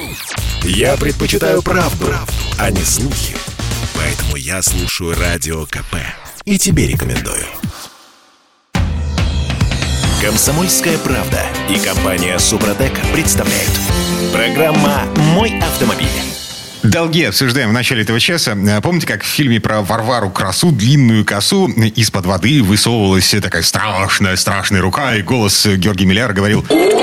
Я предпочитаю правду, а не слухи. Поэтому я слушаю Радио КП. И тебе рекомендую. «Комсомольская правда» и компания «Супротек» представляют. Программа «Мой автомобиль». Долги обсуждаем в начале этого часа. Помните, как в фильме про Варвару Красу, длинную косу, из-под воды высовывалась такая страшная рука, и голос Георгия Милляра говорил: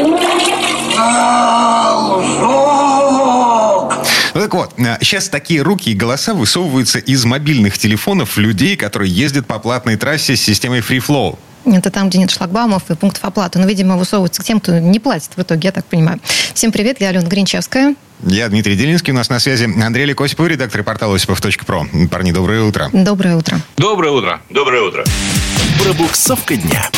так вот, сейчас такие руки и голоса высовываются из мобильных телефонов людей, которые ездят по платной трассе с системой Free Flow. Это там, где нет шлагбаумов и пунктов оплаты. Но, видимо, высовываются к тем, кто не платит в итоге, я так понимаю. Всем привет, я Алена Гринчевская. Я Дмитрий Делинский, у нас на связи Андрей Олег Осипов, редактор портала осипов.про. Парни, доброе утро. Доброе утро. Доброе утро. Доброе утро. Пробуксовка дня.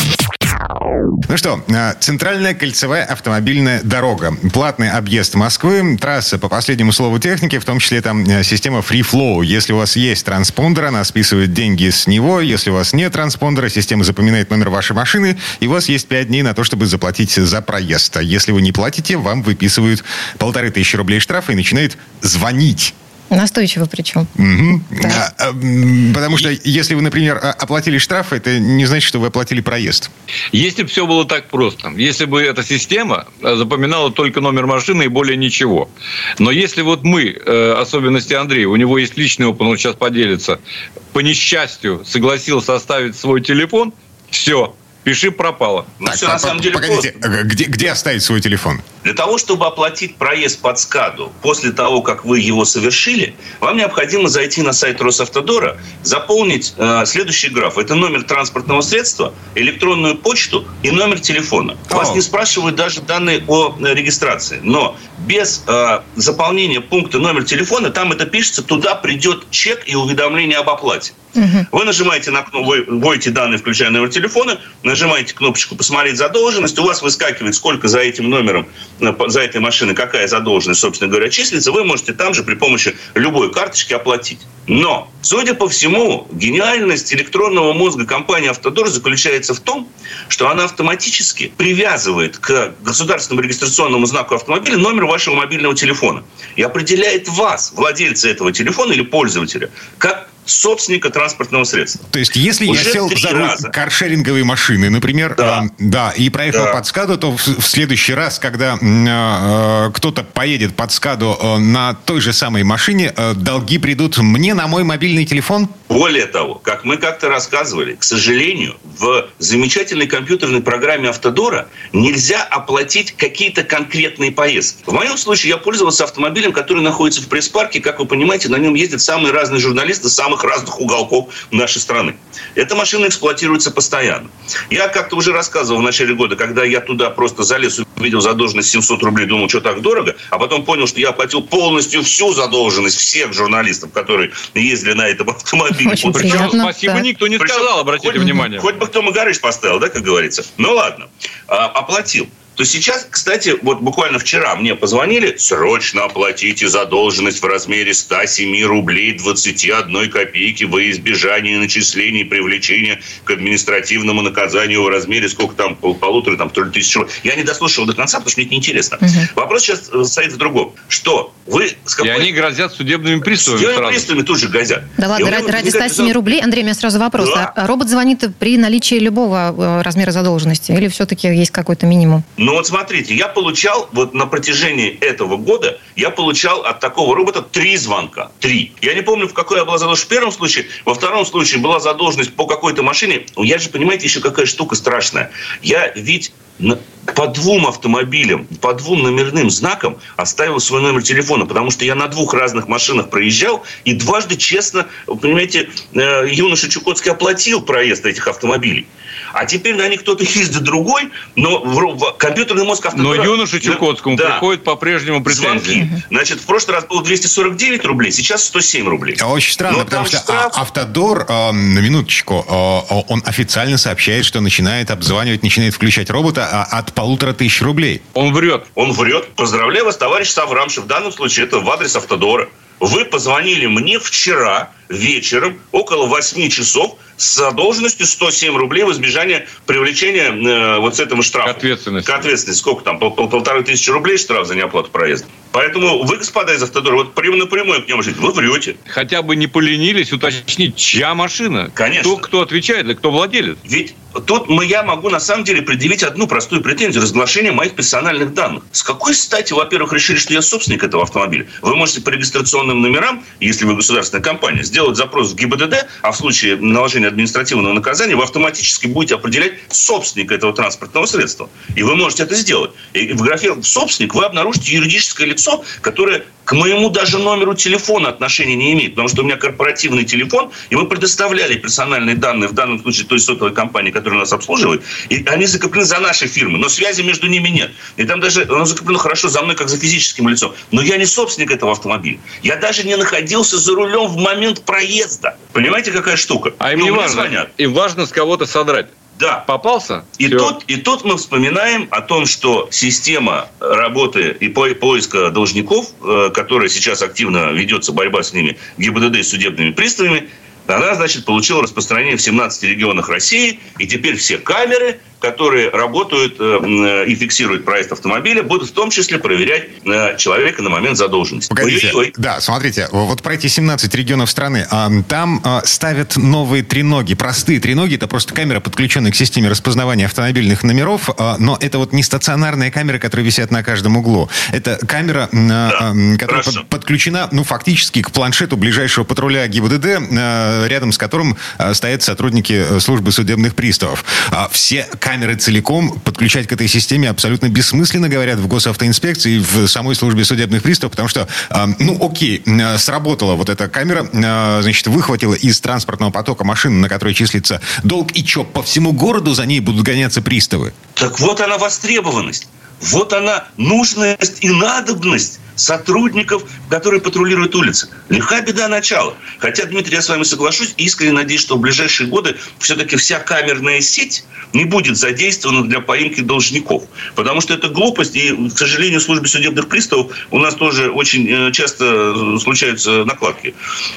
Ну что, центральная кольцевая автомобильная дорога. Платный объезд Москвы, трасса по последнему слову техники, в том числе там система Free Flow. Если у вас есть транспондер, она списывает деньги с него. Если у вас нет транспондера, система запоминает номер вашей машины, и у вас есть 5 дней на то, чтобы заплатить за проезд. А если вы не платите, вам выписывают 1500 рублей штрафа и начинают звонить. Настойчиво причем. Угу. Да. Потому что если вы, например, оплатили штраф, это не значит, что вы оплатили проезд. Если бы все было так просто, если бы эта система запоминала только номер машины и более ничего. Но если вот мы, особенности Андрея, у него есть личный опыт, он сейчас поделится, по несчастью согласился оставить свой телефон, все, пиши пропало. Так, все на самом деле погодите, просто. Где оставить свой телефон? Для того, чтобы оплатить проезд под СКАДу после того, как вы его совершили, вам необходимо зайти на сайт Росавтодора, заполнить следующий граф. Это номер транспортного средства, электронную почту и номер телефона. Вас не спрашивают даже данные о регистрации. Но без заполнения пункта номер телефона, там это пишется, туда придет чек и уведомление об оплате. Вы нажимаете на кнопку, вы вводите данные, включая номер телефона, нажимаете кнопочку «Посмотреть задолженность», у вас выскакивает, сколько за этим номером, за этой машиной, какая задолженность, собственно говоря, числится, вы можете там же при помощи любой карточки оплатить. Но, судя по всему, гениальность электронного мозга компании «Автодор» заключается в том, что она автоматически привязывает к государственному регистрационному знаку автомобиля номер вашего мобильного телефона и определяет вас, владельца этого телефона или пользователя, как собственника транспортного средства. То есть, если я сел за руль каршеринговой машины, например, и проехал под СКАДу, то в следующий раз, когда кто-то поедет под СКАДу на той же самой машине, долги придут мне на мой мобильный телефон? Более того, как мы как-то рассказывали, к сожалению, в замечательной компьютерной программе «Автодора» нельзя оплатить какие-то конкретные поездки. В моем случае я пользовался автомобилем, который находится в пресс-парке. Как вы понимаете, на нем ездят самые разные журналисты самых разных уголков нашей страны. Эта машина эксплуатируется постоянно. Я как-то уже рассказывал в начале года, когда я туда просто залез, увидел задолженность 700 рублей, думал, что так дорого, а потом понял, что я оплатил полностью всю задолженность всех журналистов, которые ездили на этом автомобиле. Очень приятно. Спасибо, никто не сказал, обратите внимание. Хоть бы кто Магарыч поставил, да, как говорится. Ну ладно, оплатил. То сейчас, кстати, вот буквально вчера мне позвонили: срочно оплатите задолженность в размере 107 рублей 21 копейки во избежание начисления и привлечения к административному наказанию в размере сколько там, полутора тысяч рублей. Я не дослушал до конца, потому что мне это неинтересно. Вопрос сейчас стоит в другом. Что вы... И они грозят судебными приставами. Судебными приставами тут же грозят. Да ладно, ради 107 рублей, Андрей, у меня сразу вопрос. Да. А робот звонит при наличии любого размера задолженности? Или все-таки есть какой-то минимум? Ну вот смотрите, я получал вот на протяжении этого года, я получал от такого робота 3 звонка. 3. Я не помню, в какой я была задолженность в первом случае. Во втором случае была задолженность по какой-то машине. Я же, понимаете, еще какая штука страшная. Я ведь по 2 автомобилям, по 2 номерным знакам оставил свой номер телефона, потому что я на 2 разных машинах проезжал и дважды честно, понимаете, юноша Чукотский оплатил проезд этих автомобилей. А теперь на них кто-то ездит другой, но компьютерный мозг «Автодора». Но юноше Чукотскому приходит по-прежнему претензии. Звонки. Значит, в прошлый раз было 249 рублей, сейчас 107 рублей. Очень странно, потому что «Автодор», на минуточку, он официально сообщает, что начинает обзванивать, начинает включать робота от 1500 рублей. Он врет. Поздравляю вас, товарищ Саврамшев. В данном случае это в адрес «Автодора». Вы позвонили мне вчера, вечером около 8 часов с задолженностью 107 рублей в избежание привлечения вот с этого штрафа. К ответственности. Сколько там? 1500 рублей штраф за неоплату проезда. Поэтому вы, господа из Автодора, вот напрямую к нему жить, вы врете. Хотя бы не поленились уточнить, чья машина. Конечно. Кто отвечает, или кто владелец. Ведь тут я могу на самом деле предъявить одну простую претензию: разглашение моих персональных данных. С какой стати, во-первых, решили, что я собственник этого автомобиля? Вы можете по регистрационным номерам, если вы государственная компания, сделать запрос в ГИБДД, а в случае наложения административного наказания вы автоматически будете определять собственника этого транспортного средства. И вы можете это сделать. И в графе «собственник» вы обнаружите юридическое лицо, которое к моему даже номеру телефона отношения не имеет, потому что у меня корпоративный телефон, и мы предоставляли персональные данные, в данном случае той сотовой компании, которая нас обслуживает, и они закреплены за нашей фирмой, но связи между ними нет. И там даже оно закреплено хорошо за мной, как за физическим лицом. Но я не собственник этого автомобиля. Я даже не находился за рулем в момент проезда. Понимаете, какая штука? А им не важно. Им важно с кого-то содрать. Да. Попался? И тут мы вспоминаем о том, что система работы и поиска должников, которая сейчас активно ведется, борьба с ними, ГИБДД и судебными приставами, она, значит, получила распространение в 17 регионах России, и теперь все камеры, которые работают и фиксируют проезд автомобиля, будут в том числе проверять человека на момент задолженности. Погодите. Да, смотрите, вот про эти 17 регионов страны. Там ставят новые треноги, простые треноги. Это просто камера, подключенная к системе распознавания автомобильных номеров. Но это вот не стационарные камеры, которые висят на каждом углу. Это камера, которая подключена, фактически к планшету ближайшего патруля ГИБДД, рядом с которым стоят сотрудники службы судебных приставов. Все камеры целиком подключать к этой системе абсолютно бессмысленно, говорят в госавтоинспекции и в самой службе судебных приставов, потому что, сработала вот эта камера, значит, выхватила из транспортного потока машину, на которой числится долг, и что, по всему городу за ней будут гоняться приставы? Так вот она востребованность. Вот она нужность и надобность сотрудников, которые патрулируют улицы. Лиха беда начала. Хотя, Дмитрий, я с вами соглашусь, искренне надеюсь, что в ближайшие годы все-таки вся камерная сеть не будет задействована для поимки должников. Потому что это глупость, и, к сожалению, в службе судебных приставов у нас тоже очень часто случаются накладки.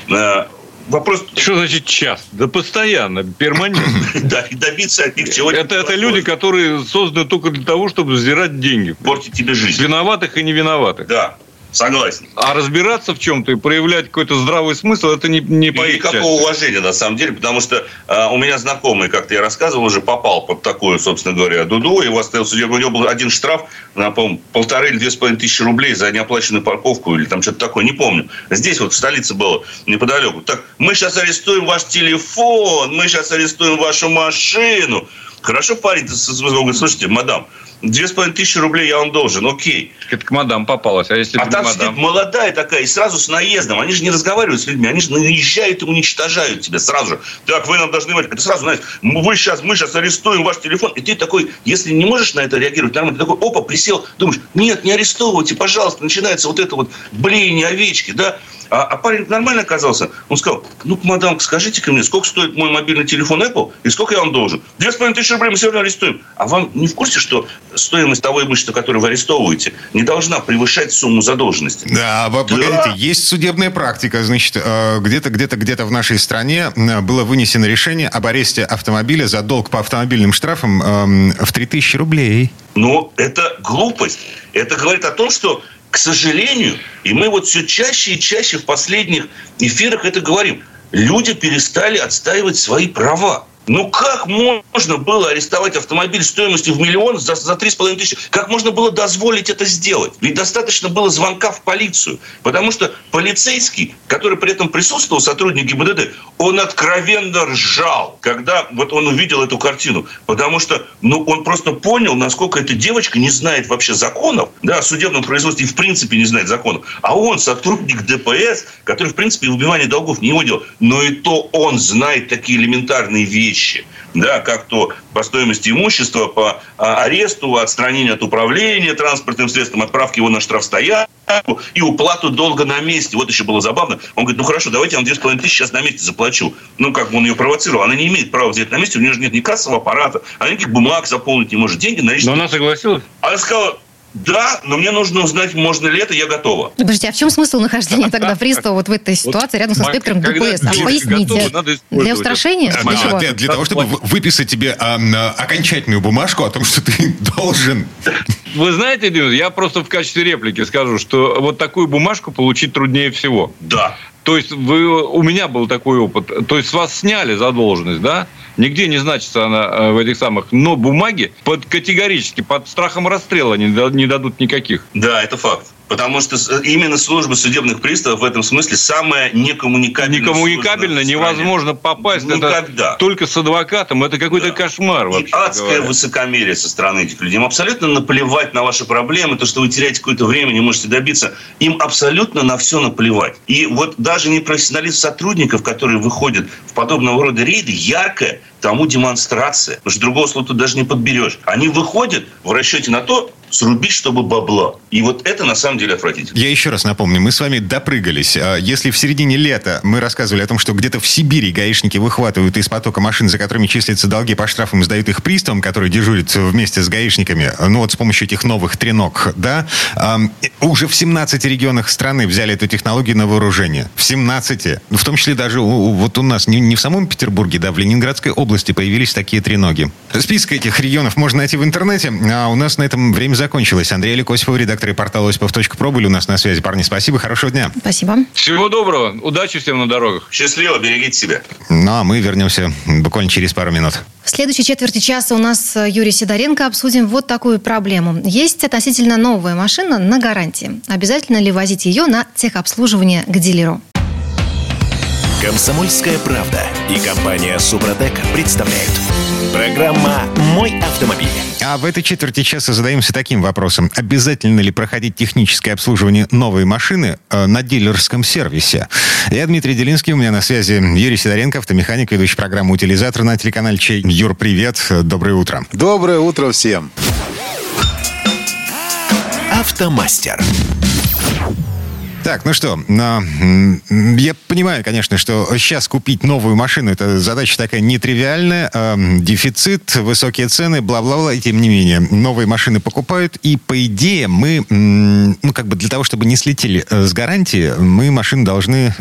Вопрос... Что значит часто? Да постоянно, перманентно. Да, и добиться от них чего-то. Это люди, которые созданы только для того, чтобы сдирать деньги. Портить тебе жизнь. Виноватых и невиноватых. Да. Согласен. А разбираться в чем-то и проявлять какой-то здравый смысл, это не по их части. Никакого уважения, на самом деле, потому что у меня знакомый, как-то я рассказывал, уже попал под такую, собственно говоря, дуду. Его оставил судебный, у него был один штраф на, по-моему, 1,5 или 2,5 тысячи рублей за неоплаченную парковку или там что-то такое, не помню. Здесь вот в столице было, неподалеку. Так, мы сейчас арестуем ваш телефон, мы сейчас арестуем вашу машину. Хорошо, парень, говорит, слушайте, мадам, 2500 рублей я вам должен, окей. Это к мадам попалось, а если там сидит молодая такая, и сразу с наездом. Они же не разговаривают с людьми, они же наезжают и уничтожают тебя сразу же. Так, вы нам должны... Это сразу, знаете, мы сейчас арестуем ваш телефон. И ты такой, если не можешь на это реагировать нормально, ты такой, опа, присел, думаешь, нет, не арестовывайте, пожалуйста. Начинается вот это вот блеяние овечки, да. А парень нормально оказался. Он сказал, мадам, скажите-ка мне, сколько стоит мой мобильный телефон Apple и сколько я вам должен? 2500 рублей мы сегодня арестуем. А вам не в курсе, что стоимость того имущества, которое вы арестовываете, не должна превышать сумму задолженности? Да, погодите, есть судебная практика. Значит, где-то в нашей стране было вынесено решение об аресте автомобиля за долг по автомобильным штрафам в 3000 рублей. Это глупость. Это говорит о том, что, к сожалению, и мы вот все чаще и чаще в последних эфирах это говорим, люди перестали отстаивать свои права. Как можно было арестовать автомобиль стоимостью в 1 миллион за 3,5 тысячи? Как можно было дозволить это сделать? Ведь достаточно было звонка в полицию. Потому что полицейский, который при этом присутствовал, сотрудник ГИБДД, он откровенно ржал, когда вот он увидел эту картину. Потому что он просто понял, насколько эта девочка не знает вообще законов, да, о судебном производстве и в принципе не знает законов. А он сотрудник ДПС, который в принципе выбивание долгов не его дело. Но и то он знает такие элементарные вещи. Да, как то по стоимости имущества, по аресту, отстранению от управления транспортным средством, отправке его на штрафстоянку и уплату долга на месте. Вот еще было забавно. Он говорит, хорошо, давайте я вам 2500 сейчас на месте заплачу. Как бы он ее провоцировал. Она не имеет права взять на месте, у нее же нет ни кассового аппарата, она никаких бумаг заполнить не может. Деньги наличные. Но она согласилась? Она сказала, Да, но мне нужно узнать, можно ли это, я готова. Подождите, а в чем смысл нахождения тогда пристава вот в этой ситуации рядом со спектром ДПС? Поясните. Для устрашения? Для чего? Для того, чтобы выписать тебе окончательную бумажку о том, что ты должен. Вы знаете, Денис, я просто в качестве реплики скажу, что вот такую бумажку получить труднее всего. Да. То есть у меня был такой опыт. То есть с вас сняли задолженность, да? Нигде не значится она в этих самых. Но бумаги категорически под страхом расстрела не дадут никаких. Да, это факт. Потому что именно служба судебных приставов в этом смысле самая некоммуникабельная. Некоммуникабельно, невозможно попасть. Никогда. Это только с адвокатом. Это какой-то кошмар вообще. И адское высокомерие со стороны этих людей. Им абсолютно наплевать на ваши проблемы, то, что вы теряете какое-то время, не можете добиться. Им абсолютно на все наплевать. И вот даже непрофессионализм сотрудников, которые выходят в подобного рода рейды, яркая тому демонстрация. Потому что другого слова тут даже не подберешь. Они выходят в расчете на то, срубить, чтобы бабла. И вот это на самом деле отвратительно. Я еще раз напомню, мы с вами допрыгались. Если в середине лета мы рассказывали о том, что где-то в Сибири гаишники выхватывают из потока машин, за которыми числятся долги по штрафам, сдают их приставам, которые дежурят вместе с гаишниками, ну вот с помощью этих новых треног, да, уже в 17 регионах страны взяли эту технологию на вооружение. В 17. В том числе даже вот у нас, не в самом Петербурге, да, в Ленинградской области появились такие треноги. Список этих регионов можно найти в интернете, а у нас на этом время закончилось. Андрей Олег Осипов, редактор портала Осипов.про, были у нас на связи. Парни, спасибо, хорошего дня. Спасибо. Всего доброго, удачи всем на дорогах. Счастливо, берегите себя. Ну, а мы вернемся буквально через пару минут. В следующей четверти часа у нас Юрий Сидоренко. Обсудим вот такую проблему. Есть относительно новая машина на гарантии. Обязательно ли возить ее на техобслуживание к дилеру? «Комсомольская правда» и компания «Супротек» представляют. Программа «Мой автомобиль». А в этой четверти часа задаемся таким вопросом. Обязательно ли проходить техническое обслуживание новой машины на дилерском сервисе? Я Дмитрий Делинский, у меня на связи Юрий Сидоренко, автомеханик, ведущий программу «Утилизатор» на телеканале Чей. Юр, привет, доброе утро. Доброе утро всем. «Автомастер». Так, ну что, я понимаю, конечно, что сейчас купить новую машину — это задача такая нетривиальная, дефицит, высокие цены, бла-бла-бла, и тем не менее, новые машины покупают, и по идее мы, для того, чтобы не слетели с гарантии, мы машину должны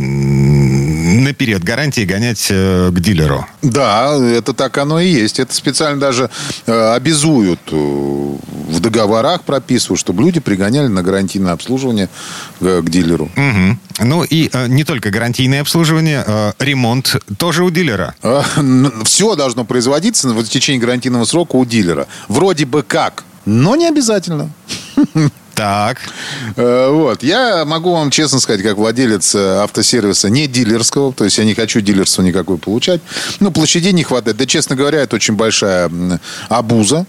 на период гарантии гонять к дилеру. Да, это так оно и есть. Это специально даже обязуют в договорах, прописывают, чтобы люди пригоняли на гарантийное обслуживание к дилеру. Угу. Ну и не только гарантийное обслуживание, ремонт тоже у дилера. Все должно производиться в течение гарантийного срока у дилера. Вроде бы как, но не обязательно. Так. Вот. Я могу вам честно сказать, как владелец автосервиса не дилерского, то есть я не хочу дилерство никакое получать. Ну, площадей не хватает. Да, честно говоря, это очень большая обуза.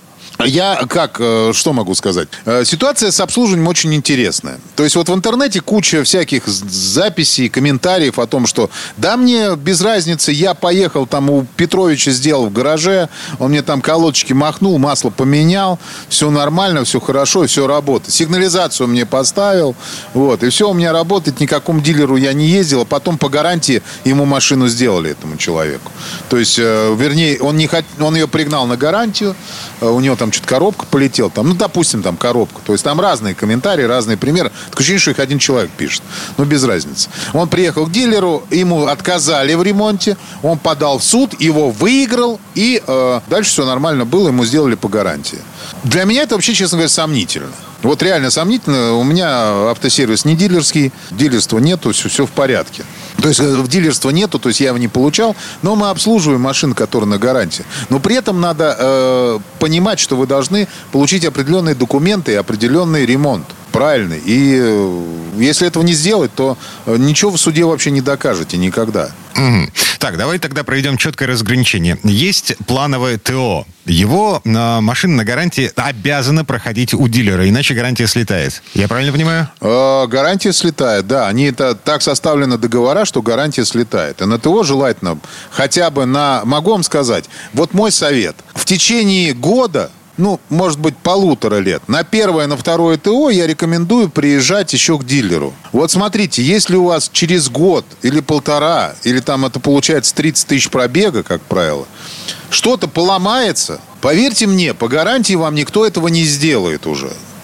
Что могу сказать? Ситуация с обслуживанием очень интересная. То есть вот в интернете куча всяких записей, комментариев о том, что да мне без разницы, я поехал там у Петровича, сделал в гараже, он мне там колодочки махнул, масло поменял, все нормально, все хорошо, все работает. Сигнализацию мне поставил, вот, и все у меня работает, ни к какому дилеру я не ездил, а потом по гарантии ему машину сделали, этому человеку. То есть, вернее, он ее пригнал на гарантию, у него там что-то коробка полетела, допустим, там коробка. То есть там разные комментарии, разные примеры. Такое ощущение, что их один человек пишет. Но без разницы. Он приехал к дилеру, ему отказали в ремонте, он подал в суд, его выиграл, и дальше все нормально было, ему сделали по гарантии. Для меня это вообще, честно говоря, сомнительно. Вот реально сомнительно. У меня автосервис не дилерский, дилерства нету, все в порядке. То есть дилерства нету, то есть я его не получал, но мы обслуживаем машины, которые на гарантии. Но при этом надо понимать, что вы должны получить определенные документы и определенный ремонт. Правильный. И если этого не сделать, то ничего в суде вообще не докажете никогда. Угу. Так, давай тогда проведем четкое разграничение. Есть плановое ТО. Его машина на гарантии обязана проходить у дилера, иначе гарантия слетает. Я правильно понимаю? Гарантия слетает, да. Они так составлены договора, что гарантия слетает. И на ТО желательно хотя бы могу вам сказать, вот мой совет. В течение года, может быть, 1,5 лет. На первое, на второе ТО я рекомендую приезжать еще к дилеру. Вот смотрите, если у вас через год или 1,5, или там это получается 30 тысяч пробега, как правило, что-то поломается, поверьте мне, по гарантии вам никто этого не сделает уже.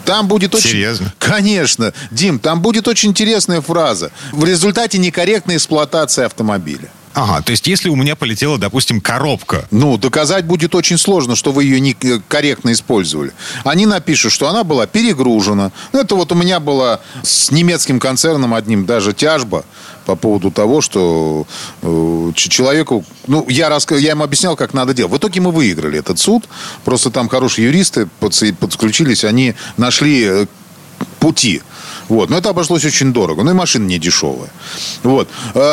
Там будет очень... Серьезно? Конечно. Дим, там будет очень интересная фраза. В результате некорректной эксплуатации автомобиля. Ага, то есть если у меня полетела, допустим, коробка. Ну, доказать будет очень сложно, что вы ее некорректно использовали. Они напишут, что она была перегружена. Ну, это вот у меня была с немецким концерном одним даже тяжба по поводу того, что человеку... Ну, я им объяснял, как надо делать. В итоге мы выиграли этот суд. Просто там хорошие юристы подключились, они нашли пути. Вот. Но это обошлось очень дорого. Ну и машина не дешевая. Вот.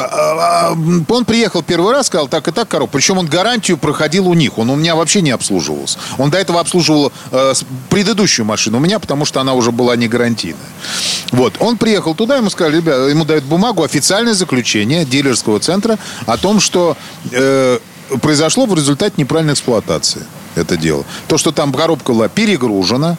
Он приехал первый раз, сказал, так и так, коробка. Причем он гарантию проходил у них. Он у меня вообще не обслуживался. Он до этого обслуживал предыдущую машину у меня, потому что она уже была не гарантийная. Вот. Он приехал туда, ему сказали, ребята, ему дают бумагу, официальное заключение дилерского центра о том, что произошло в результате неправильной эксплуатации это дело. То, что там коробка была перегружена,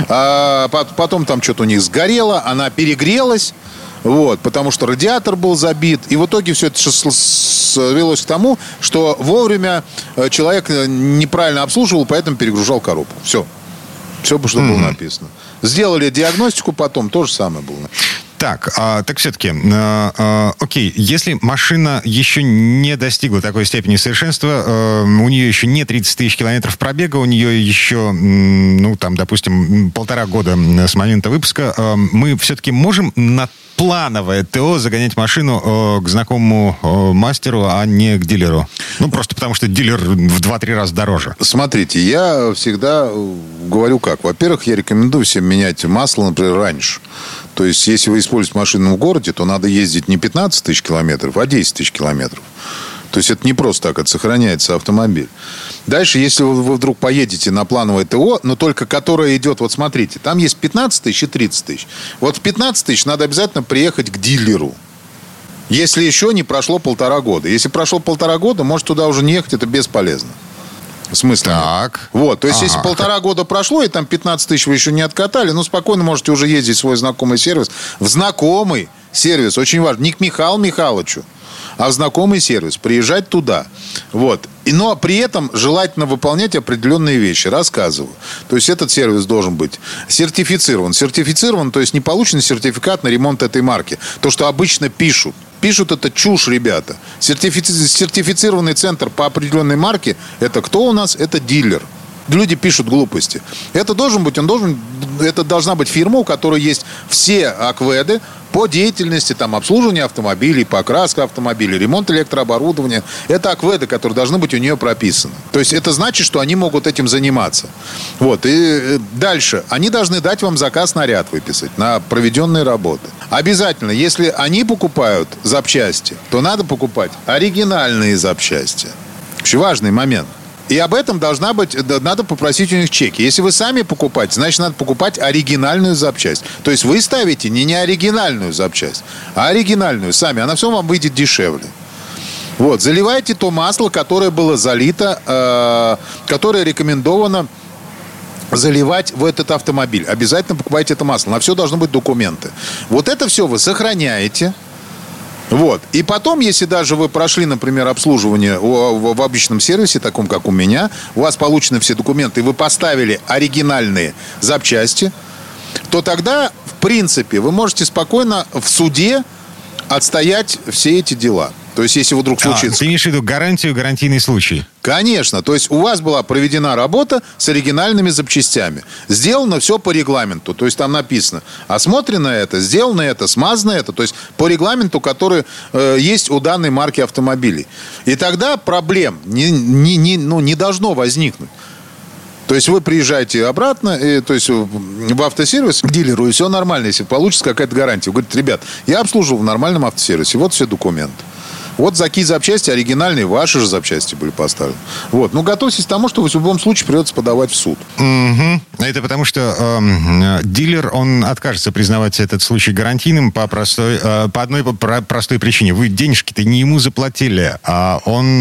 а потом там что-то у них сгорело, она перегрелась, вот, потому что радиатор был забит. И в итоге все это свелось к тому, что вовремя человек неправильно обслуживал, поэтому перегружал коробку. Все. Все, что было написано. Сделали диагностику потом, то же самое было. Так все-таки, окей, если машина еще не достигла такой степени совершенства, у нее еще не 30 тысяч километров пробега, у нее еще, ну, там, допустим, 1,5 года с момента выпуска, мы все-таки можем на плановое ТО загонять машину к знакомому мастеру, а не к дилеру? Ну, просто потому что дилер в 2-3 раза дороже. Смотрите, я всегда говорю как. Во-первых, я рекомендую всем менять масло, например, раньше. То есть, если вы используете машину в городе, то надо ездить не 15 тысяч километров, а 10 тысяч километров. То есть, это не просто так, это сохраняется автомобиль. Дальше, если вы вдруг поедете на плановое ТО, но только которое идет, вот смотрите, там есть 15 тысяч и 30 тысяч. Вот в 15 тысяч надо обязательно приехать к дилеру. Если еще не прошло 1,5 года. Если прошло 1,5 года, может туда уже не ехать, это бесполезно. В смысле? Так. Вот, то есть, если 1,5 года прошло, и там 15 тысяч вы еще не откатали, ну, спокойно можете уже ездить в свой знакомый сервис. В знакомый сервис, очень важно. Не к Михаилу Михайловичу, а в знакомый сервис. Приезжать туда. Вот. Но при этом желательно выполнять определенные вещи. Рассказываю. То есть, этот сервис должен быть сертифицирован. Сертифицирован, то есть, не получен сертификат на ремонт этой марки. То, что обычно пишут. Пишут это чушь, ребята. Сертифицированный центр по определенной марке, это кто у нас? Это дилер. Люди пишут глупости. Это должна быть фирма, у которой есть все АКВЭДы по деятельности там, обслуживания автомобилей, покраска автомобилей, ремонт электрооборудования. Это АКВЭДы, которые должны быть у нее прописаны. То есть это значит, что они могут этим заниматься. Вот. И дальше. Они должны дать вам заказ на ряд выписать, на проведенные работы. Обязательно, если они покупают запчасти, то надо покупать оригинальные запчасти. Очень важный момент. И об этом надо попросить у них чеки. Если вы сами покупаете, значит, надо покупать оригинальную запчасть. То есть вы ставите не оригинальную запчасть, а оригинальную сами. Она все вам выйдет дешевле. Вот. Заливайте то масло, которое было залито, которое рекомендовано заливать в этот автомобиль. Обязательно покупайте это масло. На все должны быть документы. Вот это все вы сохраняете. Вот. И потом, если даже вы прошли, например, обслуживание в обычном сервисе, таком, как у меня, у вас получены все документы, и вы поставили оригинальные запчасти, то тогда, в принципе, вы можете спокойно в суде отстоять все эти дела. То есть, если вдруг случится... Ты имеешь в виду гарантийный случай? Конечно. То есть, у вас была проведена работа с оригинальными запчастями. Сделано все по регламенту. То есть, там написано, осмотрено это, сделано это, смазано это. То есть, по регламенту, который есть у данной марки автомобилей. И тогда проблем не должно возникнуть. То есть, вы приезжаете обратно, то есть, в автосервис к дилеру, и все нормально, если получится какая-то гарантия. Вы говорите, ребят, я обслуживал в нормальном автосервисе, вот все документы. Вот за какие запчасти оригинальные, ваши же запчасти были поставлены. Вот. Ну, готовьтесь к тому, что в любом случае придется подавать в суд. Угу. Это потому, что дилер, он откажется признавать этот случай гарантийным по одной простой причине. Вы денежки-то не ему заплатили, а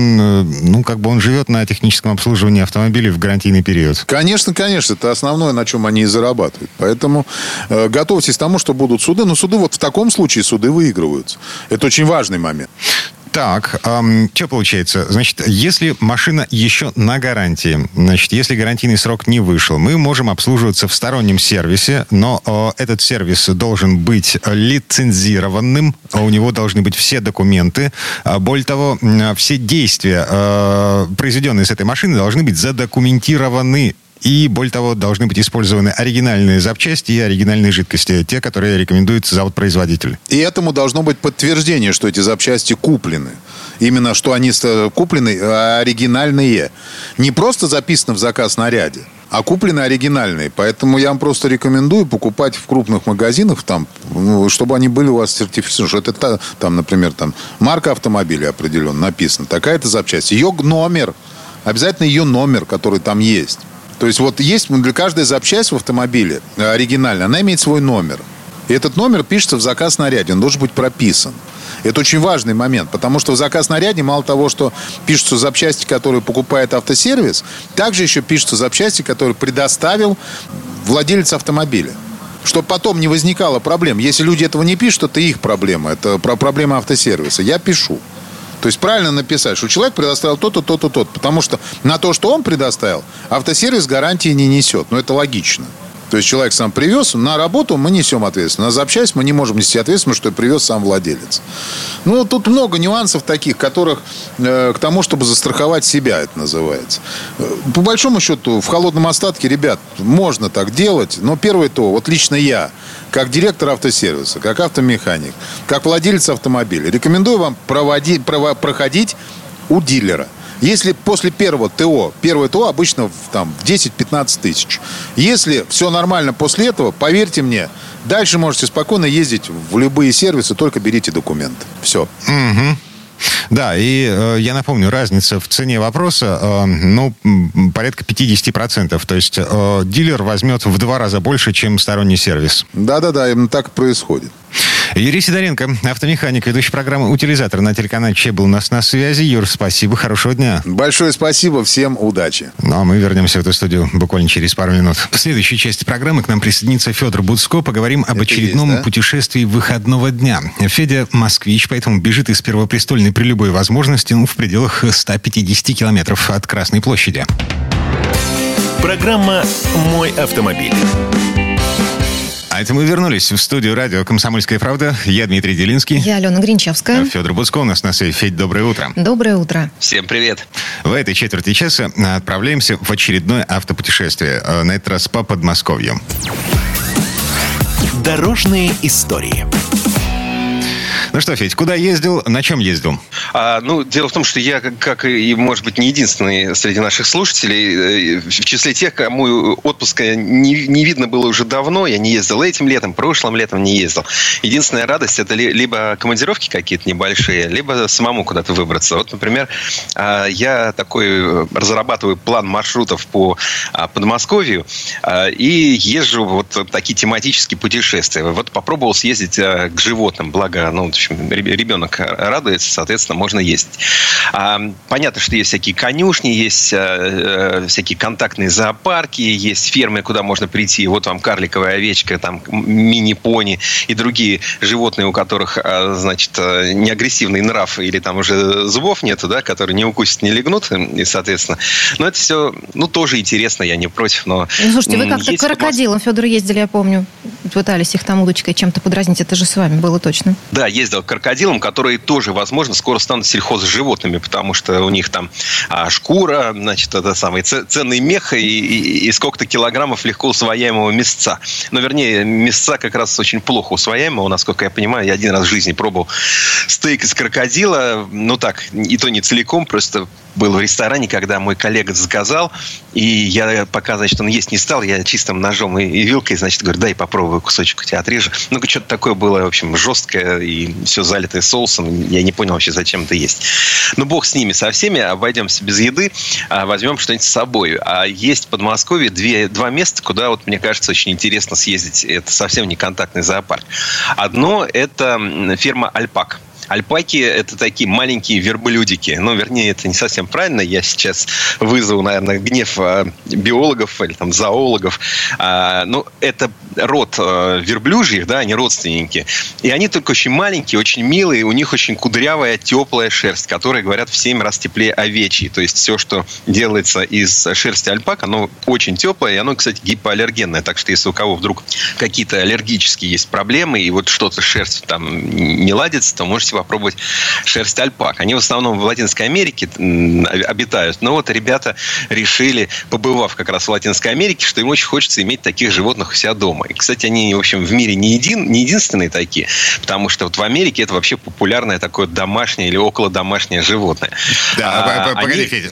он живет на техническом обслуживании автомобилей в гарантийный период. Конечно, конечно. Это основное, на чем они и зарабатывают. Поэтому готовьтесь к тому, что будут суды. Но суды вот в таком случае суды выигрываются. Это очень важный момент. Так, что получается? Значит, если машина еще на гарантии, значит, если гарантийный срок не вышел, мы можем обслуживаться в стороннем сервисе, но этот сервис должен быть лицензированным, у него должны быть все документы. Более того, все действия, произведенные с этой машины, должны быть задокументированы. И, более того, должны быть использованы оригинальные запчасти и оригинальные жидкости, те, которые рекомендует завод-производитель. И этому должно быть подтверждение, что эти запчасти куплены. Именно, что они куплены оригинальные. Не просто записано в заказ на ряде, а куплены оригинальные. Поэтому я вам просто рекомендую покупать в крупных магазинах, там, чтобы они были у вас сертифицированы. Что это, там, например, там, марка автомобиля определенно написана. Такая-то запчасть. Ее номер. Обязательно ее номер, который там есть. То есть вот есть для каждой запчасти в автомобиле оригинальная, она имеет свой номер. И этот номер пишется в заказ на ряде, он должен быть прописан. Это очень важный момент, потому что в заказ на ряде мало того, что пишутся запчасти, которые покупает автосервис, также еще пишутся запчасти, которые предоставил владелец автомобиля. Чтобы потом не возникало проблем. Если люди этого не пишут, это их проблема, это проблема автосервиса. Я пишу. То есть правильно написать, что человек предоставил то-то, то-то, то-то. Потому что на то, что он предоставил, автосервис гарантии не несет. Но это логично. То есть человек сам привез, на работу мы несем ответственность. На запчасть мы не можем нести ответственность, что привез сам владелец. Ну, тут много нюансов таких, которых к тому, чтобы застраховать себя, это называется. По большому счету, в холодном остатке, ребят, можно так делать. Но первое то, вот лично я, как директор автосервиса, как автомеханик, как владелец автомобиля, рекомендую вам проходить у дилера. Если после первое ТО обычно там, в 10-15 тысяч. Если все нормально после этого, поверьте мне, дальше можете спокойно ездить в любые сервисы, только берите документы. Все. Угу. Да, и я напомню, разница в цене вопроса, порядка 50%. То есть дилер возьмет в 2 раза больше, чем сторонний сервис. Да, именно так и происходит. Юрий Сидоренко, автомеханик, ведущий программы «Утилизатор» на телеканале ЧЕ был у нас на связи. Юр, спасибо, хорошего дня. Большое спасибо, всем удачи. Ну, а мы вернемся в эту студию буквально через пару минут. В следующей части программы к нам присоединится Федор Буцко. Поговорим об очередном путешествии выходного дня. Федя москвич, поэтому бежит из Первопрестольной при любой возможности, в пределах 150 километров от Красной площади. Программа «Мой автомобиль». А это мы вернулись в студию радио «Комсомольская правда». Я Дмитрий Делинский. Я Алена Гринчевская. Федор Буцко у нас на связи. Федь, доброе утро. Доброе утро. Всем привет. В этой четверти часа отправляемся в очередное автопутешествие. На этот раз по Подмосковью. Дорожные истории. Ну что, Федь, куда ездил, на чем ездил? Дело в том, что я, как и, может быть, не единственный среди наших слушателей, в числе тех, кому отпуска не видно было уже давно, я не ездил этим летом, прошлым летом не ездил. Единственная радость – это либо командировки какие-то небольшие, либо самому куда-то выбраться. Вот, например, я разрабатываю план маршрутов по Подмосковью и езжу вот такие тематические путешествия. Вот попробовал съездить к животным, благо, ребенок радуется, соответственно, можно ездить. Понятно, что есть всякие конюшни, есть всякие контактные зоопарки, есть фермы, куда можно прийти. Вот вам карликовая овечка, там мини-пони и другие животные, у которых, не агрессивный нрав или там уже зубов нету, да, которые не укусят, не лягнут, и, соответственно. Но это все, тоже интересно, я не против, но... Слушайте, вы как-то к крокодилам, Федор, ездили, я помню. Пытались их там удочкой чем-то подразнить, это же с вами было точно. Да, ездил к крокодилам, которые тоже, возможно, скоро станут сельхозживотными, потому что у них там шкура, это самый ценный мех и сколько-то килограммов легко усвояемого мясца. Вернее, мясца как раз очень плохо усвояемого, насколько я понимаю. Я один раз в жизни пробовал стейк из крокодила, и то не целиком, просто был в ресторане, когда мой коллега заказал, и я пока, он есть не стал, я чистым ножом и вилкой, говорю, дай попробую кусочек у тебя отрежу. Что-то такое было, в общем, жесткое и все залитое соусом. Я не понял вообще, зачем это есть. Бог с ними, со всеми, обойдемся без еды, возьмем что-нибудь с собой. Есть в Подмосковье два места, куда, мне кажется, очень интересно съездить. Это совсем не контактный зоопарк. Одно – это ферма «Альпак». Альпаки – это такие маленькие верблюдики. Вернее, это не совсем правильно. Я сейчас вызову, наверное, гнев биологов или зоологов. Это род верблюжьих, да, они родственники. И они только очень маленькие, очень милые, у них очень кудрявая, теплая шерсть, которая, говорят, в 7 раз теплее овечьей. То есть все, что делается из шерсти альпак, оно очень теплое, и оно, кстати, гипоаллергенное. Так что если у кого вдруг какие-то аллергические есть проблемы, и вот что-то шерсть там не ладится, то можете попробовать шерсть альпак. Они в основном в Латинской Америке обитают. Но вот ребята решили, побывав как раз в Латинской Америке, что им очень хочется иметь таких животных у себя дома. И, кстати, они, в общем, в мире не единственные такие, потому что вот в Америке это вообще популярное такое домашнее или около домашнее животное. Да, погоди, Федь.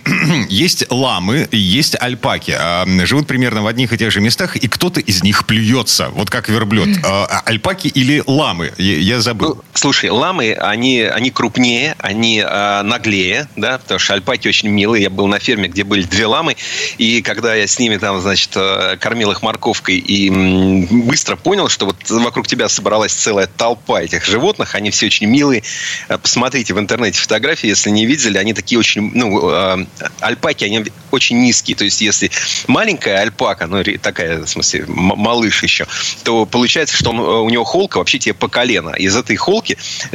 Есть ламы, есть альпаки. Живут примерно в одних и тех же местах, и кто-то из них плюется, вот как верблюд. Альпаки или ламы? Я забыл. Ну, слушай, ламы, они крупнее, они наглее, да, потому что альпаки очень милые. Я был на ферме, где были 2 ламы, и когда я с ними там, значит, кормил их морковкой и быстро понял, что вот вокруг тебя собралась целая толпа этих животных, они все очень милые. Посмотрите в интернете фотографии, если не видели, они такие очень, альпаки, они очень низкие. То есть, если маленькая альпака, ну, такая, в смысле, малыш еще, то получается, что у него холка вообще тебе по колено. Из этой холки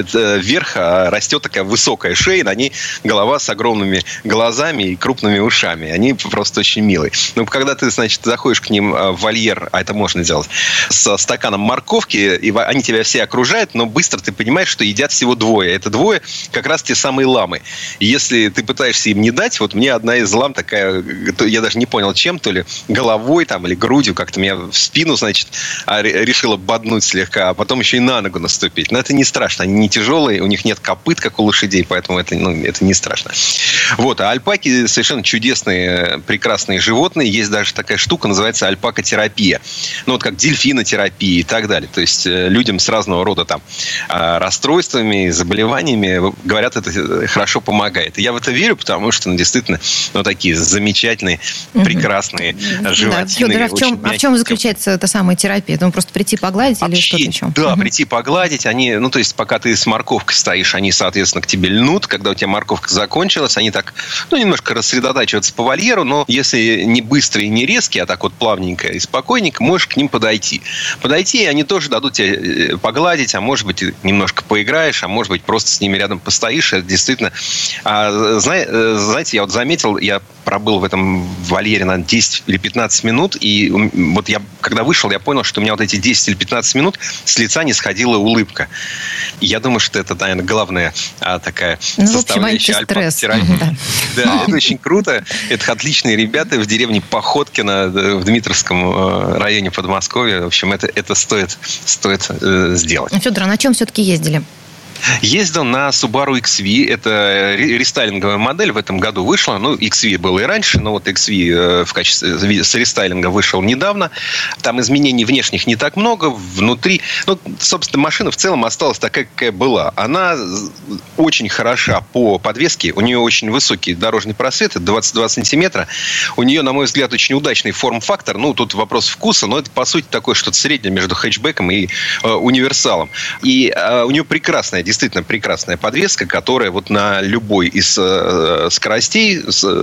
вверх растет такая высокая шея, на ней голова с огромными глазами и крупными ушами. Они просто очень милые. Но когда ты, значит, заходишь к ним в вольер, а это можно делать, со стаканом морковки, и они тебя все окружают, но быстро ты понимаешь, что едят всего 2. Это 2 как раз те самые ламы. И если ты пытаешься им не дать, вот мне одна из лам такая, я даже не понял чем, то ли головой там, или грудью как-то меня в спину, значит, решила боднуть слегка, а потом еще и на ногу наступить. Но это не страшно, они не тяжелые, у них нет копыт, как у лошадей, поэтому это не страшно. Вот, а альпаки совершенно чудесные, прекрасные животные. Есть даже такая штука, называется альпакотерапия. Ну, вот как дельфинотерапия и так далее. То есть людям с разного рода там расстройствами, заболеваниями, говорят, это хорошо помогает. И я в это верю, потому что, действительно, такие замечательные, прекрасные животные. Да, Федор, в чем заключается эта самая терапия? Это просто прийти погладить или что-то еще? Да, прийти погладить. Они, то есть, пока ты с морковкой стоишь, они, соответственно, к тебе льнут. Когда у тебя морковка закончилась, они так, немножко рассредотачиваются по вольеру, но если не быстрые и не резкие, а так вот плавненько и спокойненько, можешь к ним подойти. Подойти, и они тоже дадут тебе погладить, а может быть, немножко поиграешь, а может быть, просто с ними рядом постоишь. Это действительно... Знаете, я вот заметил, я пробыл в этом вольере на 10 или 15 минут, и вот я, когда вышел, я понял, что у меня вот эти 10 или 15 минут с лица не сходила улыбка. И я думаю, что это, наверное, главная такая составляющая альпак-терапии. Да, это очень круто. Это отличные ребята в деревне Походкино в Дмитровском районе Подмосковья. В общем, это стоит сделать. Федор, а на чем все-таки ездили? Ездил на Subaru XV. Это рестайлинговая модель. В этом году вышла. XV было и раньше, но вот XV в качестве с рестайлинга вышел недавно. Там изменений внешних не так много. Внутри... собственно, машина в целом осталась такая, какая была. Она очень хороша по подвеске. У нее очень высокий дорожный просвет. 22 сантиметра. У нее, на мой взгляд, очень удачный форм-фактор. Тут вопрос вкуса, но это, по сути, такое что-то среднее между хэтчбеком и универсалом. И у нее действительно прекрасная подвеска, которая вот на любой из скоростей,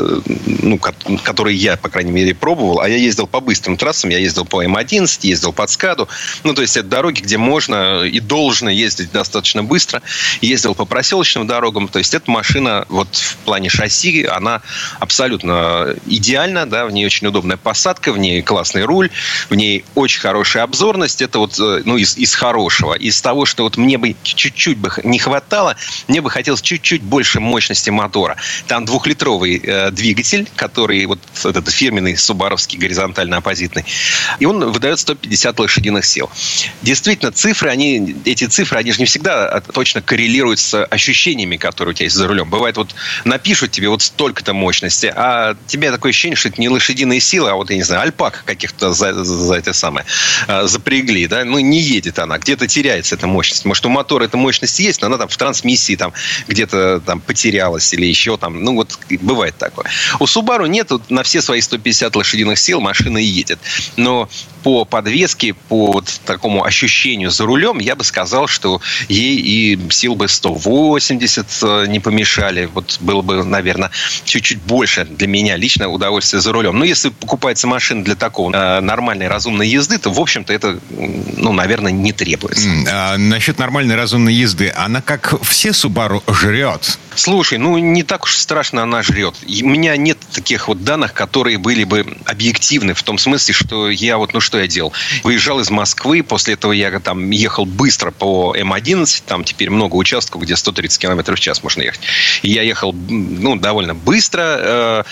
которые я, по крайней мере, пробовал, а я ездил по быстрым трассам, я ездил по М11, ездил по ЦКАДу, то есть это дороги, где можно и должно ездить достаточно быстро, ездил по проселочным дорогам, то есть эта машина вот в плане шасси, она абсолютно идеальна, да, в ней очень удобная посадка, в ней классный руль, в ней очень хорошая обзорность, это вот, из хорошего, из того, что вот мне бы чуть-чуть не хватало, мне бы хотелось чуть-чуть больше мощности мотора. Там 2-литровый двигатель, который вот этот фирменный субаровский горизонтально-оппозитный, и он выдает 150 лошадиных сил. Действительно, эти цифры, они же не всегда точно коррелируют с ощущениями, которые у тебя есть за рулем. Бывает, вот напишут тебе вот столько-то мощности, а тебе такое ощущение, что это не лошадиные силы, а вот, я не знаю, альпак каких-то за это самое запрягли, да, не едет она, где-то теряется эта мощность. Может, у мотора эта мощность есть, но она там в трансмиссии там где-то там потерялась или еще там, ну вот бывает такое. У Subaru нет, на все свои 150 лошадиных сил машина и едет. Но по подвеске, по вот такому ощущению за рулем, я бы сказал, что ей и сил бы 180 не помешали. Вот было бы, наверное, чуть-чуть больше для меня лично удовольствия за рулем. Но если покупается машина для такого нормальной, разумной езды, то, в общем-то, это, ну, наверное, не требуется. Насчет нормальной, разумной езды. Она, как все Subaru, жрет? Слушай, ну, не так уж страшно она жрет. У меня нет таких вот данных, которые были бы объективны в том смысле, что я вот, ну, что я делал? Выезжал из Москвы, после этого я там ехал быстро по М11, там теперь много участков, где 130 км в час можно ехать. И я ехал, ну, довольно быстро,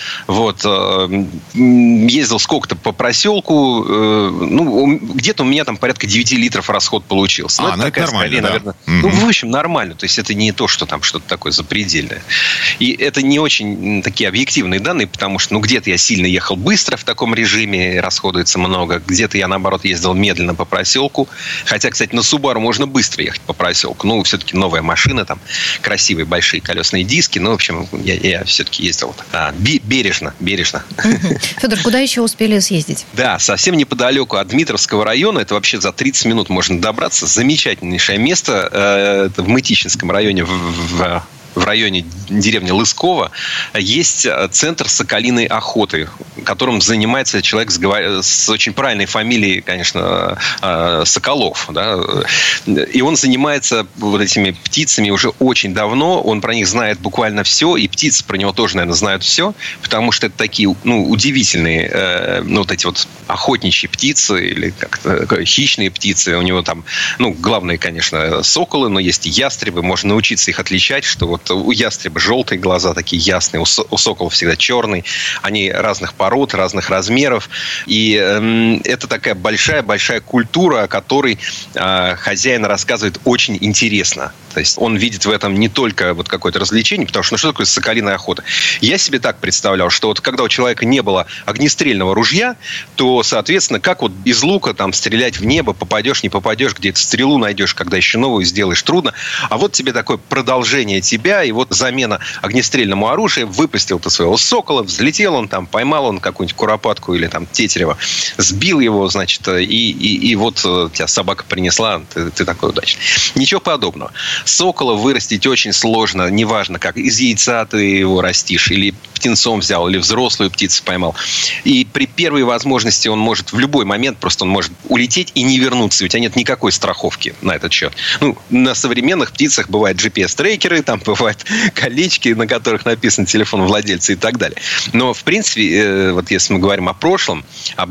ездил сколько-то по проселку, где-то у меня там порядка 9 литров расход получился. Ну, это нормально, скорее, да? Наверное, ну, в общем, нормально. То есть, это не то, что там что-то такое запредельное. И это не очень такие объективные данные, потому что, ну, где-то я сильно ехал быстро в таком режиме, расходуется много, где-то я, наоборот, ездил медленно по проселку. Хотя, кстати, на Subaru можно быстро ехать по проселку. Ну, все-таки новая машина, там красивые большие колесные диски. Ну, в общем, я все-таки ездил бережно. Федор, куда еще успели съездить? Да, совсем неподалеку от Дмитровского района. Это вообще за 30 минут можно добраться. Замечательнейшее место. Это в Мытищинском районе, в районе деревни Лысково, есть центр соколиной охоты, которым занимается человек с очень правильной фамилией, конечно, Соколов. Да? И он занимается вот этими птицами уже очень давно. Он про них знает буквально все. И птицы про него тоже, наверное, знают все. Потому что это такие, ну, удивительные, вот эти вот охотничьи птицы или как-то хищные птицы. У него там, ну, главные, конечно, соколы, но есть и ястребы. Можно научиться их отличать, что вот у ястреба желтые глаза такие ясные, у соколов всегда черные. Они разных пород, разных размеров. И это такая большая-большая культура, о которой хозяин рассказывает очень интересно. То есть он видит в этом не только вот какое-то развлечение, потому что, ну, что такое соколиная охота? Я себе так представлял, что вот когда у человека не было огнестрельного ружья, то, соответственно, как вот из лука там стрелять в небо, попадешь, не попадешь, где-то стрелу найдешь, когда еще новую сделаешь, трудно. А вот тебе такое продолжение тебя, и вот замена огнестрельному оружию. Выпустил ты своего сокола, взлетел он там, поймал он какую-нибудь куропатку или там тетерева, сбил его, значит, и вот тебя собака принесла, ты такой удачный. Ничего подобного. Сокола вырастить очень сложно, неважно как. Из яйца ты его растишь, или птенцом взял, или взрослую птицу поймал. И при первой возможности он может в любой момент, просто он может улететь и не вернуться. У тебя нет никакой страховки на этот счет. Ну, на современных птицах бывают GPS-трекеры, там бывают колечки, на которых написан телефон владельца и так далее. Но, в принципе, вот если мы говорим о прошлом,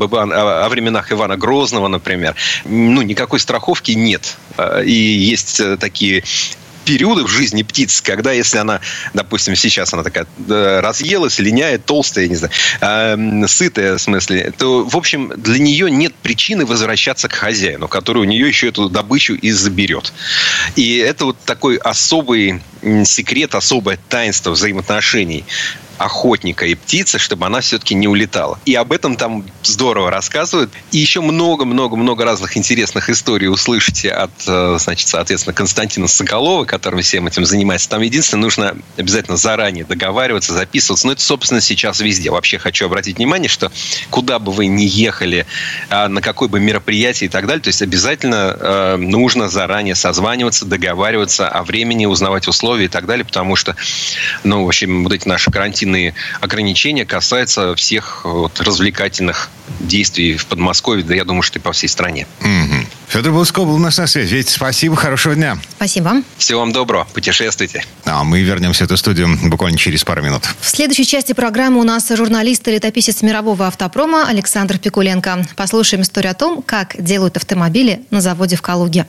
о временах Ивана Грозного, например, ну, никакой страховки нет. И есть такие периоды в жизни птицы, когда, если она, допустим, сейчас она такая разъелась, линяет, толстая, не знаю, сытая, в смысле, то, в общем, для нее нет причины возвращаться к хозяину, который у нее еще эту добычу и заберет. И это вот такой особый секрет, особое таинство взаимоотношений охотника и птицы, чтобы она все-таки не улетала. И об этом там здорово рассказывают. И еще много-много-много разных интересных историй услышите от, значит, соответственно, Константина Соколова, который всем этим занимается. Там единственное, нужно обязательно заранее договариваться, записываться. Но это, собственно, сейчас везде. Вообще хочу обратить внимание, что куда бы вы ни ехали, на какое бы мероприятие и так далее, то есть обязательно нужно заранее созваниваться, договариваться о времени, узнавать условия и так далее, потому что, ну, в общем, вот эти наши карантинные ограничения касаются всех вот развлекательных действий в Подмосковье, да я думаю, что и по всей стране. Mm-hmm. Федор Булсков был у нас на связи. Ведь спасибо, хорошего дня. Спасибо. Всего вам доброго, путешествуйте. А мы вернемся в эту студию буквально через пару минут. В следующей части программы у нас журналист и летописец мирового автопрома Александр Пикуленко. Послушаем историю о том, как делают автомобили на заводе в Калуге.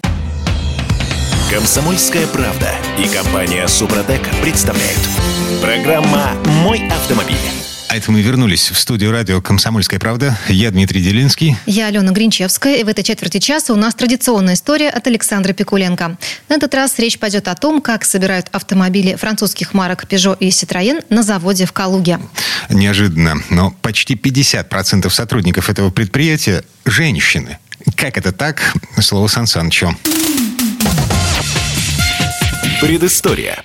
«Комсомольская правда» и компания «Супротек» представляют. Программа «Мой автомобиль». А это мы вернулись в студию радио «Комсомольская правда». Я Дмитрий Делинский. Я Алена Гринчевская. И в этой четверти часа у нас традиционная история от Александра Пикуленко. На этот раз речь пойдет о том, как собирают автомобили французских марок Peugeot и Citroën на заводе в Калуге. Неожиданно, но почти 50% сотрудников этого предприятия – женщины. Как это так? Слово Сан Санычу. Предыстория.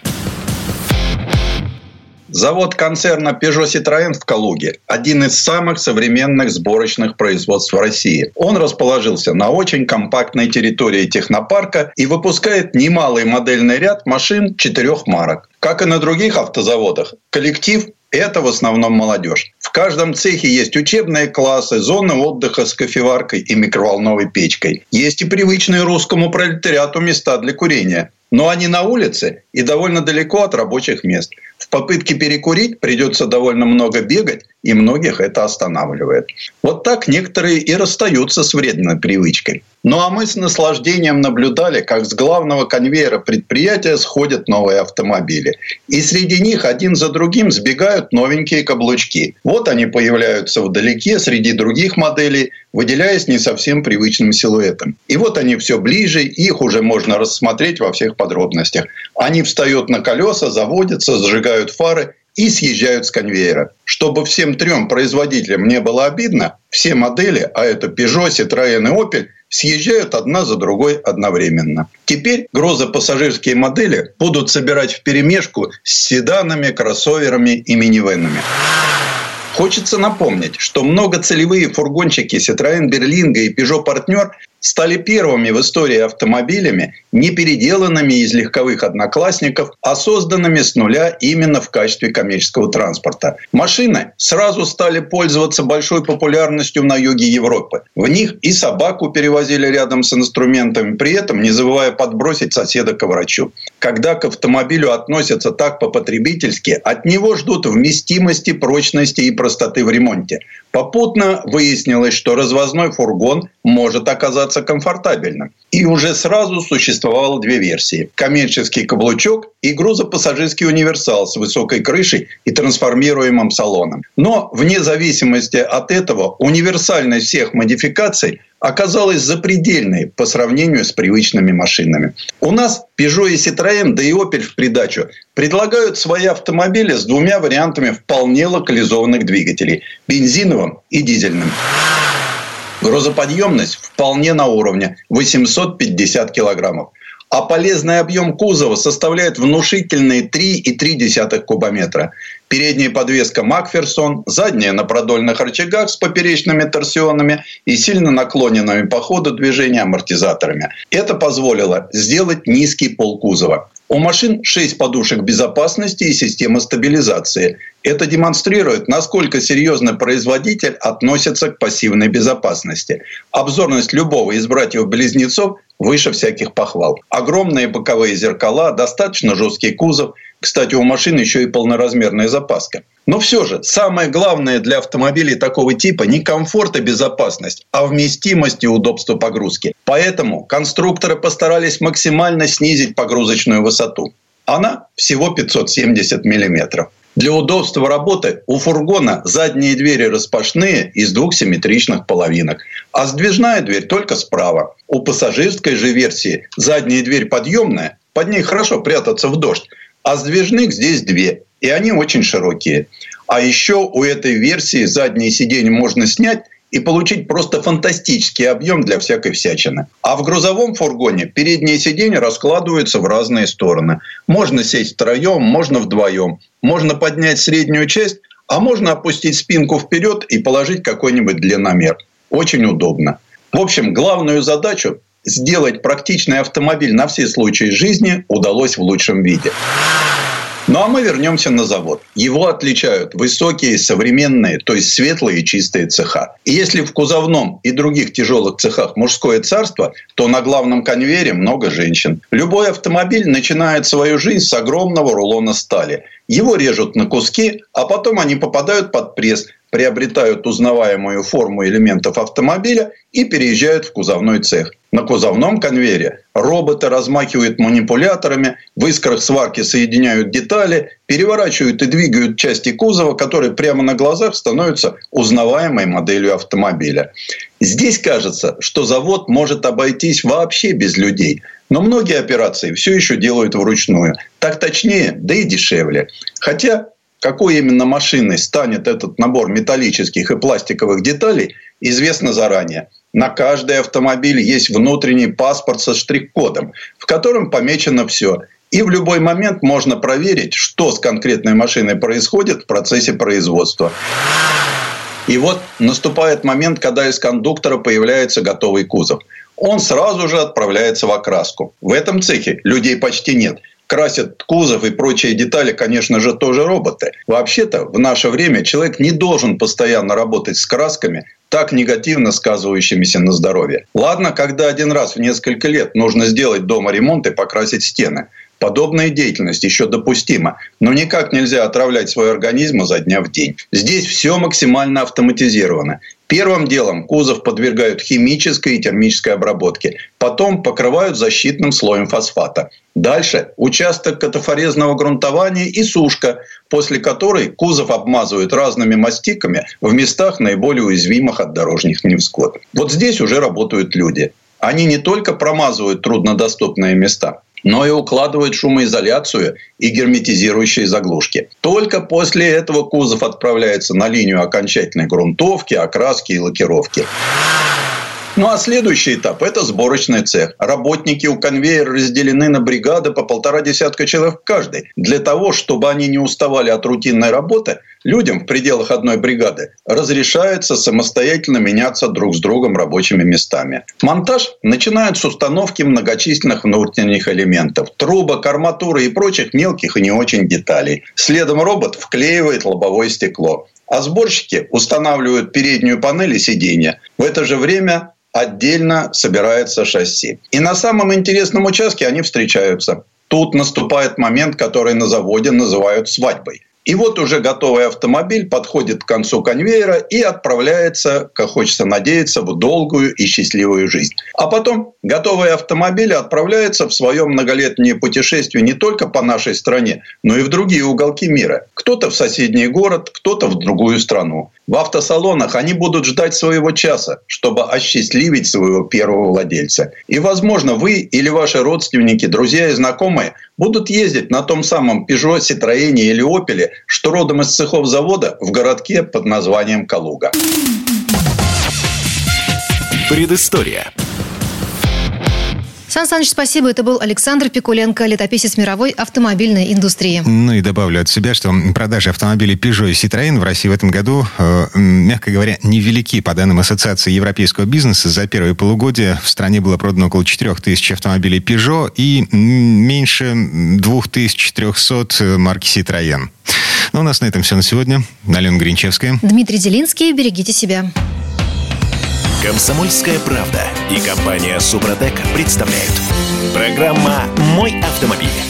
Завод концерна Peugeot Citroën в Калуге – один из самых современных сборочных производств в России. Он расположился на очень компактной территории технопарка и выпускает немалый модельный ряд машин 4 марок. Как и на других автозаводах, коллектив – это в основном молодежь. В каждом цехе есть учебные классы, зоны отдыха с кофеваркой и микроволновой печкой. Есть и привычные русскому пролетариату места для курения. Но они на улице и довольно далеко от рабочих мест. В попытке перекурить придется довольно много бегать, и многих это останавливает. Вот так некоторые и расстаются с вредной привычкой. Ну а мы с наслаждением наблюдали, как с главного конвейера предприятия сходят новые автомобили. И среди них один за другим сбегают новенькие каблучки. Вот они появляются вдалеке среди других моделей, выделяясь не совсем привычным силуэтом. И вот они все ближе, их уже можно рассмотреть во всех подробностях. Они встают на колеса, заводятся, зажигают фары и съезжают с конвейера. Чтобы всем 3 производителям не было обидно, все модели, а это Peugeot, Citroën и Opel, съезжают одна за другой одновременно. Теперь грузопассажирские модели будут собирать вперемешку с седанами, кроссоверами и минивэнами. Хочется напомнить, что многоцелевые фургончики Citroën Berlingo и Peugeot Partner стали первыми в истории автомобилями, не переделанными из легковых одноклассников, а созданными с нуля именно в качестве коммерческого транспорта. Машины сразу стали пользоваться большой популярностью на юге Европы. В них и собаку перевозили рядом с инструментами, при этом не забывая подбросить соседа к врачу. Когда к автомобилю относятся так по-потребительски, от него ждут вместимости, прочности и простоты в ремонте. Попутно выяснилось, что развозной фургон может оказаться комфортабельным. И уже сразу существовало 2 версии. Коммерческий каблучок и грузопассажирский универсал с высокой крышей и трансформируемым салоном. Но вне зависимости от этого универсальность всех модификаций оказалась запредельной по сравнению с привычными машинами. У нас Peugeot и Citroën, да и Opel в придачу предлагают свои автомобили с 2 вариантами вполне локализованных двигателей – бензиновым и дизельным. Грузоподъемность вполне на уровне – 850 килограммов. А полезный объем кузова составляет внушительные 3,3 кубометра. Передняя подвеска Макферсон, задняя на продольных рычагах с поперечными торсионами и сильно наклоненными по ходу движения амортизаторами. Это позволило сделать низкий пол кузова. У машин 6 подушек безопасности и система стабилизации. Это демонстрирует, насколько серьезно производитель относится к пассивной безопасности. Обзорность любого из братьев-близнецов выше всяких похвал. Огромные боковые зеркала, достаточно жесткий кузов. Кстати, у машин еще и полноразмерная запаска. Но все же, самое главное для автомобилей такого типа не комфорт и безопасность, а вместимость и удобство погрузки. Поэтому конструкторы постарались максимально снизить погрузочную высоту. Она всего 570 мм. Для удобства работы у фургона задние двери распашные из 2 симметричных половинок, а сдвижная дверь только справа. У пассажирской же версии задняя дверь подъемная, под ней хорошо прятаться в дождь, а сдвижных здесь 2, и они очень широкие. А еще у этой версии задние сиденья можно снять и получить просто фантастический объем для всякой всячины. А в грузовом фургоне передние сиденья раскладываются в разные стороны. Можно сесть втроем, можно вдвоем. Можно поднять среднюю часть, а можно опустить спинку вперед и положить какой-нибудь длинномер. Очень удобно. В общем, главную задачу – сделать практичный автомобиль на все случаи жизни удалось в лучшем виде. Ну а мы вернемся на завод. Его отличают высокие, современные, то есть светлые и чистые цеха. И если в кузовном и других тяжелых цехах мужское царство, то на главном конвейере много женщин. Любой автомобиль начинает свою жизнь с огромного рулона стали. Его режут на куски, а потом они попадают под пресс, приобретают узнаваемую форму элементов автомобиля и переезжают в кузовной цех. На кузовном конвейере роботы размахивают манипуляторами, в искрах сварки соединяют детали, переворачивают и двигают части кузова, которые прямо на глазах становятся узнаваемой моделью автомобиля. Здесь кажется, что завод может обойтись вообще без людей. Но многие операции все еще делают вручную. Так точнее, да и дешевле. Хотя какой именно машиной станет этот набор металлических и пластиковых деталей, известно заранее. На каждый автомобиль есть внутренний паспорт со штрих-кодом, в котором помечено все. И в любой момент можно проверить, что с конкретной машиной происходит в процессе производства. И вот наступает момент, когда из кондуктора появляется готовый кузов. Он сразу же отправляется в окраску. В этом цехе людей почти нет. Красят кузов и прочие детали, конечно же, тоже роботы. Вообще-то, в наше время человек не должен постоянно работать с красками, так негативно сказывающимися на здоровье. Ладно, когда один раз в несколько лет нужно сделать дома ремонт и покрасить стены. Подобная деятельность еще допустима, но никак нельзя отравлять свой организм изо дня в день. Здесь все максимально автоматизировано. Первым делом кузов подвергают химической и термической обработке. Потом покрывают защитным слоем фосфата. Дальше участок катафорезного грунтования и сушка, после которой кузов обмазывают разными мастиками в местах, наиболее уязвимых от дорожных невзгод. Вот здесь уже работают люди. Они не только промазывают труднодоступные места, но и укладывают шумоизоляцию и герметизирующие заглушки. Только после этого кузов отправляется на линию окончательной грунтовки, окраски и лакировки. Ну а следующий этап – это сборочный цех. Работники у конвейера разделены на бригады по 1,5 десятка человек каждый. Для того, чтобы они не уставали от рутинной работы, людям в пределах одной бригады разрешается самостоятельно меняться друг с другом рабочими местами. Монтаж начинают с установки многочисленных внутренних элементов – трубок, арматуры и прочих мелких и не очень деталей. Следом робот вклеивает лобовое стекло. А сборщики устанавливают переднюю панель и сиденья. В это же время отдельно собирается шасси. И на самом интересном участке они встречаются. Тут наступает момент, который на заводе называют свадьбой. И вот уже готовый автомобиль подходит к концу конвейера и отправляется, как хочется надеяться, в долгую и счастливую жизнь. А потом готовые автомобили отправляются в свое многолетнее путешествие не только по нашей стране, но и в другие уголки мира. Кто-то в соседний город, кто-то в другую страну. В автосалонах они будут ждать своего часа, чтобы осчастливить своего первого владельца. И, возможно, вы или ваши родственники, друзья и знакомые будут ездить на том самом Peugeot, Citroёn или Opel, что родом из цехов завода в городке под названием Калуга. Предыстория. Сан Саныч, спасибо. Это был Александр Пикуленко, летописец мировой автомобильной индустрии. Ну и добавлю от себя, что продажи автомобилей Peugeot и Citroёn в России в этом году, мягко говоря, невелики. По данным Ассоциации европейского бизнеса, за первое полугодие в стране было продано около 4000 автомобилей Peugeot и меньше 2300 марки Citroёn. Ну, у нас на этом все на сегодня. Алена Гринчевская. Дмитрий Делинский. Берегите себя. «Комсомольская правда» и компания «Супротек» представляют. Программа «Мой автомобиль».